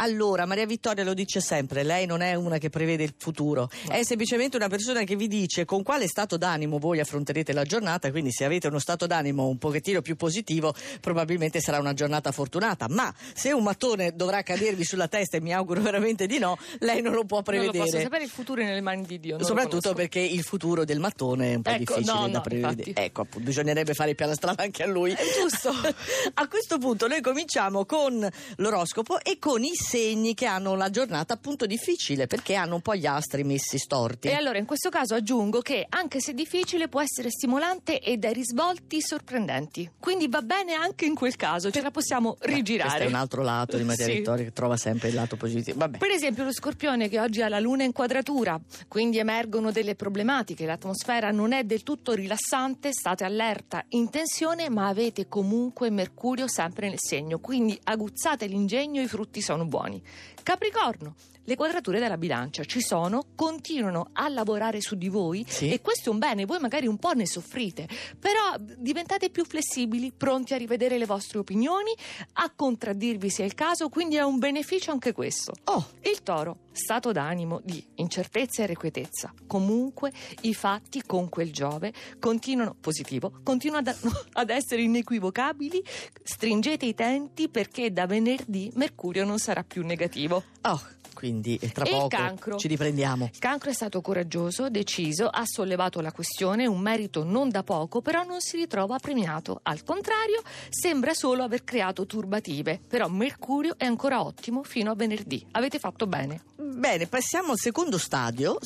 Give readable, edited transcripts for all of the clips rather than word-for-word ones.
Allora, Maria Vittoria lo dice sempre, lei non è una che prevede il futuro, è semplicemente una persona che vi dice con quale stato d'animo voi affronterete la giornata, quindi se avete uno stato d'animo un pochettino più positivo probabilmente sarà una giornata fortunata, ma se un mattone dovrà cadervi sulla testa, e mi auguro veramente di no, lei non lo può prevedere. Non lo posso sapere, il futuro è nelle mani di Dio. Soprattutto perché il futuro del mattone è un po' difficile da prevedere. Infatti. Ecco, appunto, bisognerebbe fare il piano strada anche a lui. Giusto. A questo punto noi cominciamo con l'oroscopo e con i segni che hanno la giornata appunto difficile, perché hanno un po' gli astri messi storti. E allora in questo caso aggiungo che anche se difficile può essere stimolante e dai risvolti sorprendenti, quindi va bene anche in quel caso, ce la possiamo rigirare. Questo è un altro lato di Maria Sì. Vittoria, che trova sempre il lato positivo. Vabbè. Per esempio lo Scorpione, che oggi ha la luna in quadratura, quindi emergono delle problematiche, l'atmosfera non è del tutto rilassante, state allerta, in tensione, ma avete comunque Mercurio sempre nel segno, quindi aguzzate l'ingegno, i frutti sono buoni. Capricorno, le quadrature della bilancia ci sono, continuano a lavorare su di voi, sì, e questo è un bene, voi magari un po' ne soffrite, però diventate più flessibili, pronti a rivedere le vostre opinioni, a contraddirvi se è il caso, quindi è un beneficio anche questo. Il Toro, stato d'animo di incertezza e irrequietezza, comunque i fatti con quel Giove continuano ad essere inequivocabili, stringete i denti perché da venerdì Mercurio non sarà più negativo. Quindi tra E poco il Cancro. ci riprendiamo. Il Cancro è stato coraggioso, deciso, ha sollevato la questione, un merito non da poco, però non si ritrova premiato. Al contrario, sembra solo aver creato turbative. Però Mercurio è ancora ottimo fino a venerdì. Avete fatto bene. Bene, passiamo al secondo stadio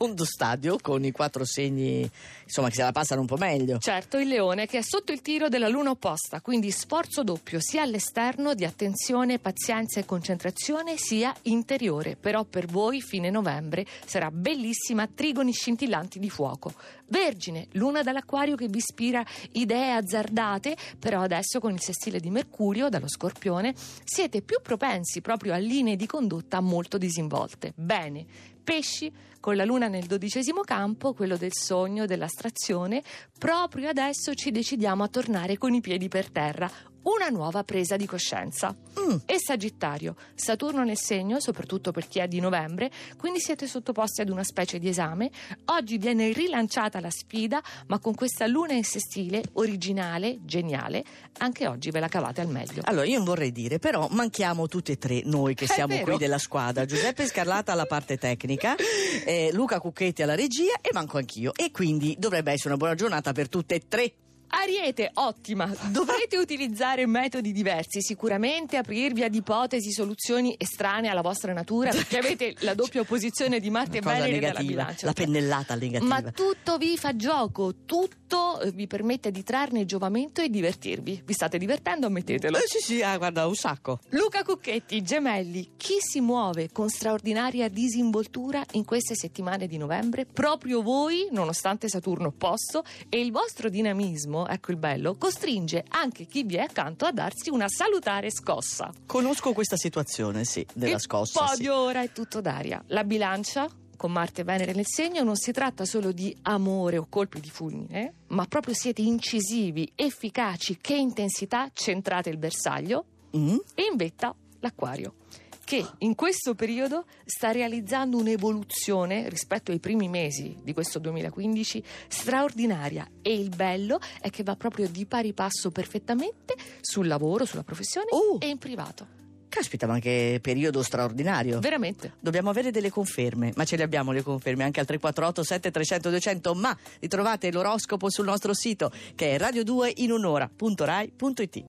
con i 4 segni, insomma, che se la passano un po' meglio. Certo, il Leone, che è sotto il tiro della luna opposta, quindi sforzo doppio sia all'esterno di attenzione, pazienza e concentrazione, sia interiore. Però per voi fine novembre sarà bellissima, trigoni scintillanti di fuoco. Vergine, luna dall'Acquario che vi ispira idee azzardate, però adesso con il sestile di Mercurio dallo Scorpione siete più propensi proprio a linee di condotta molto disinvolte. Bene. Pesci, con la luna nel 12° campo, quello del sogno, dell'astrazione, proprio adesso ci decidiamo a tornare con i piedi per terra, una nuova presa di coscienza. E Sagittario, Saturno nel segno, soprattutto per chi è di novembre, quindi siete sottoposti ad una specie di esame. Oggi viene rilanciata la sfida, ma con questa luna in sestile, originale, geniale, anche oggi ve la cavate al meglio. Allora, io non vorrei dire, però manchiamo tutte e tre noi che siamo vero. qui della squadra. Giuseppe Scarlata alla parte tecnica, Luca Cucchetti alla regia e manco anch'io. E quindi dovrebbe essere una buona giornata per tutte e tre. Ariete, ottima, dovrete utilizzare metodi diversi, sicuramente aprirvi ad ipotesi, soluzioni estranee alla vostra natura, perché avete la doppia opposizione di Marte e Venere dalla bilancia. La pennellata negativa. Ma tutto vi fa gioco, tutto vi permette di trarne giovamento e divertirvi. Vi state divertendo, ammettetelo. Sì, guarda, un sacco. Luca Cucchetti, Gemelli, chi si muove con straordinaria disinvoltura in queste settimane di novembre? Proprio voi, nonostante Saturno opposto, e il vostro dinamismo, ecco il bello, costringe anche chi vi è accanto a darsi una salutare scossa. Conosco questa situazione, sì, della scossa. Il podio sì. ora è tutto d'aria. La bilancia, con Marte e Venere nel segno, non si tratta solo di amore o colpi di fulmine, ma proprio siete incisivi, efficaci, che intensità, centrate il bersaglio. E in vetta l'Acquario, che in questo periodo sta realizzando un'evoluzione rispetto ai primi mesi di questo 2015 straordinaria, e il bello è che va proprio di pari passo perfettamente sul lavoro, sulla professione e in privato. Caspita, ma che periodo straordinario. Veramente. Dobbiamo avere delle conferme, ma ce le abbiamo le conferme anche al 348 7300 200, ma ritrovate l'oroscopo sul nostro sito che è radio2inunora.rai.it.